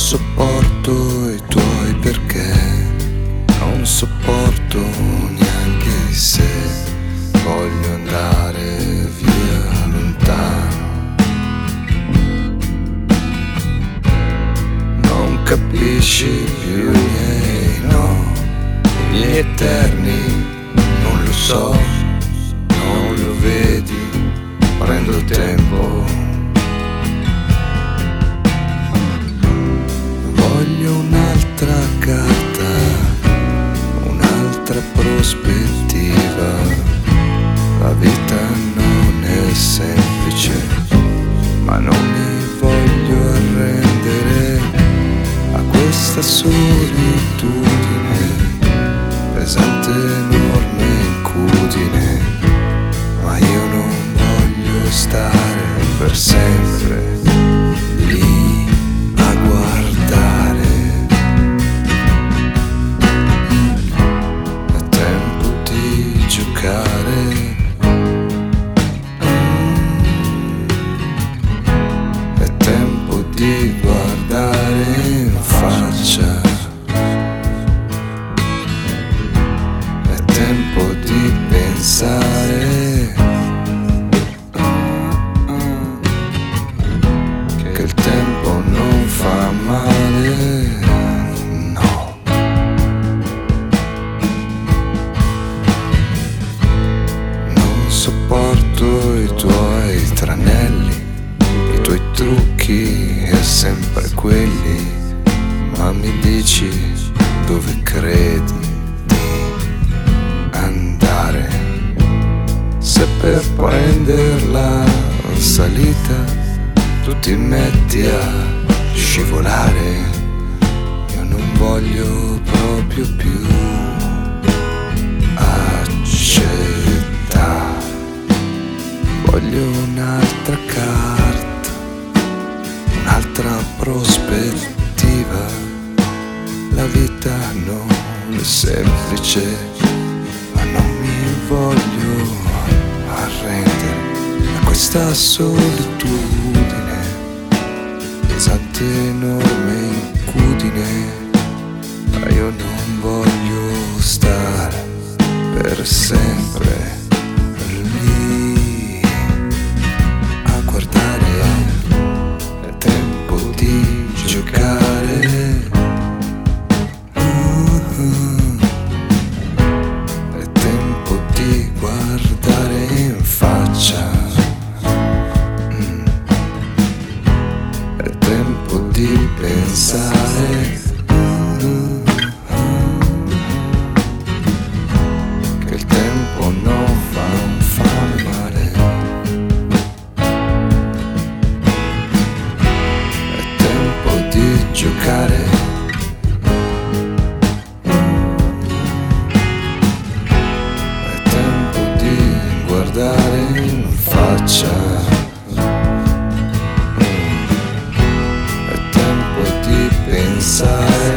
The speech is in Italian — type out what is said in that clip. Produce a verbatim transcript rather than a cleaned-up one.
sopporto i tuoi perché, non sopporto neanche se voglio andare via lontano. Non capisci più i miei no, i miei eterni, non lo so, non lo vedi, prendo tempo. Voglio un'altra carta, un'altra prospettiva. La vita non è semplice, ma non mi voglio arrendere a questa solitudine, pesante, enorme, incudine. Ma io non voglio stare per sempre lì a guardare. È tempo di giocare, è tempo di guardare in faccia, è tempo di pensare che il tempo non fa male, no. Non sopporto i tuoi tranelli, i tuoi trucchi e sempre quelli, ma mi dici dove credi di andare. Se per prenderla salita tu ti metti a scivolare, io non voglio proprio più accettare. Voglio un'altra carta, un'altra prospettiva. La vita non è semplice, ma non mi voglio arrendere a questa solitudine, pesante, enorme, incudine. Ma io non voglio stare per sempre lì a guardare. È tempo di giocare, è tempo di guardare in faccia, è tempo di pensare che il tempo non fa, non fa male. È tempo di giocare, è tempo di guardare in faccia, è tempo di pensare